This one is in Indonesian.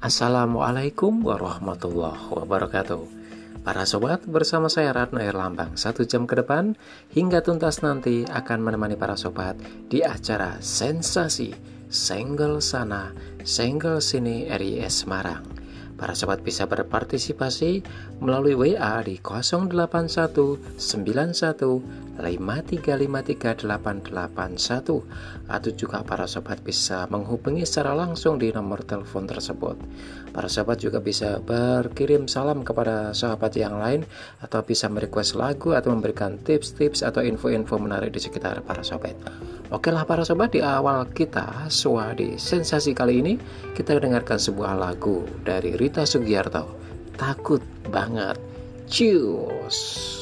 Assalamualaikum warahmatullahi wabarakatuh. Para sobat, bersama saya Ratno Herlambang. 1 jam ke depan hingga tuntas nanti akan menemani para sobat di acara Sensasi Senggol Sana Senggol Sini RIS Semarang. Para sobat bisa berpartisipasi melalui WA di 081915353881 atau juga para sobat bisa menghubungi secara langsung di nomor telepon tersebut. Para sahabat juga bisa berkirim salam kepada sahabat yang lain atau bisa merequest lagu atau memberikan tips-tips atau info-info menarik di sekitar para sahabat. Oke lah para sobat, di awal kita di sensasi kali ini kita dengarkan sebuah lagu dari Rita Sugiarto, Takut Banget. Cius.